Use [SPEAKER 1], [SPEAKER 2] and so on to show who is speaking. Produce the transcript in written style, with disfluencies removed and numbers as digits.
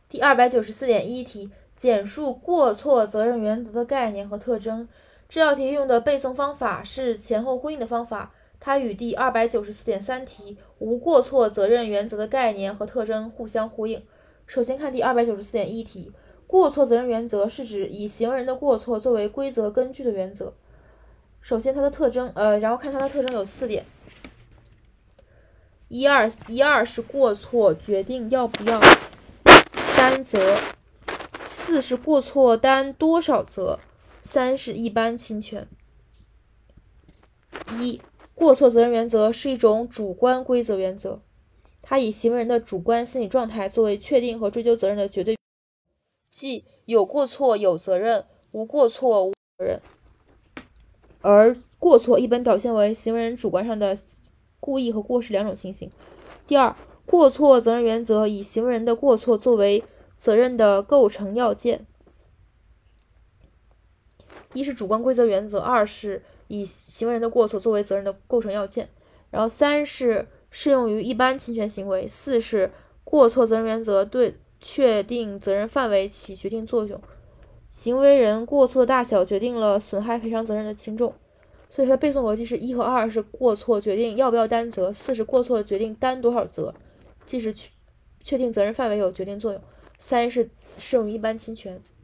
[SPEAKER 1] 第294.1题，简述过错责任原则的概念和特征。这道题用的背诵方法是前后呼应的方法，它与第294.3题无过错责任原则的概念和特征互相呼应。首先看第294.1题，过错责任原则是指以行为人的过错作为规则根据的原则。首先它的特征，然后看它的特征有4点。一二是过错决定要不要担责，4是过错担多少责，3是一般侵权。过错责任原则是一种主观规则原则，它以行为人的主观心理状态作为确定和追究责任的绝对，即有过错有责任，无过错无责任。而过错一般表现为行为人主观上的故意和过失2种情形。第二，过错责任原则以行为人的过错作为责任的构成要件。1是主观规则原则，2是以行为人的过错作为责任的构成要件，然后3是适用于一般侵权行为，4是过错责任原则对确定责任范围起决定作用。行为人过错的大小决定了损害赔偿责任的轻重。所以它的背诵逻辑是1和2是过错决定要不要担责，4是过错决定担多少责，即是确定责任范围有决定作用，3是适用于一般侵权。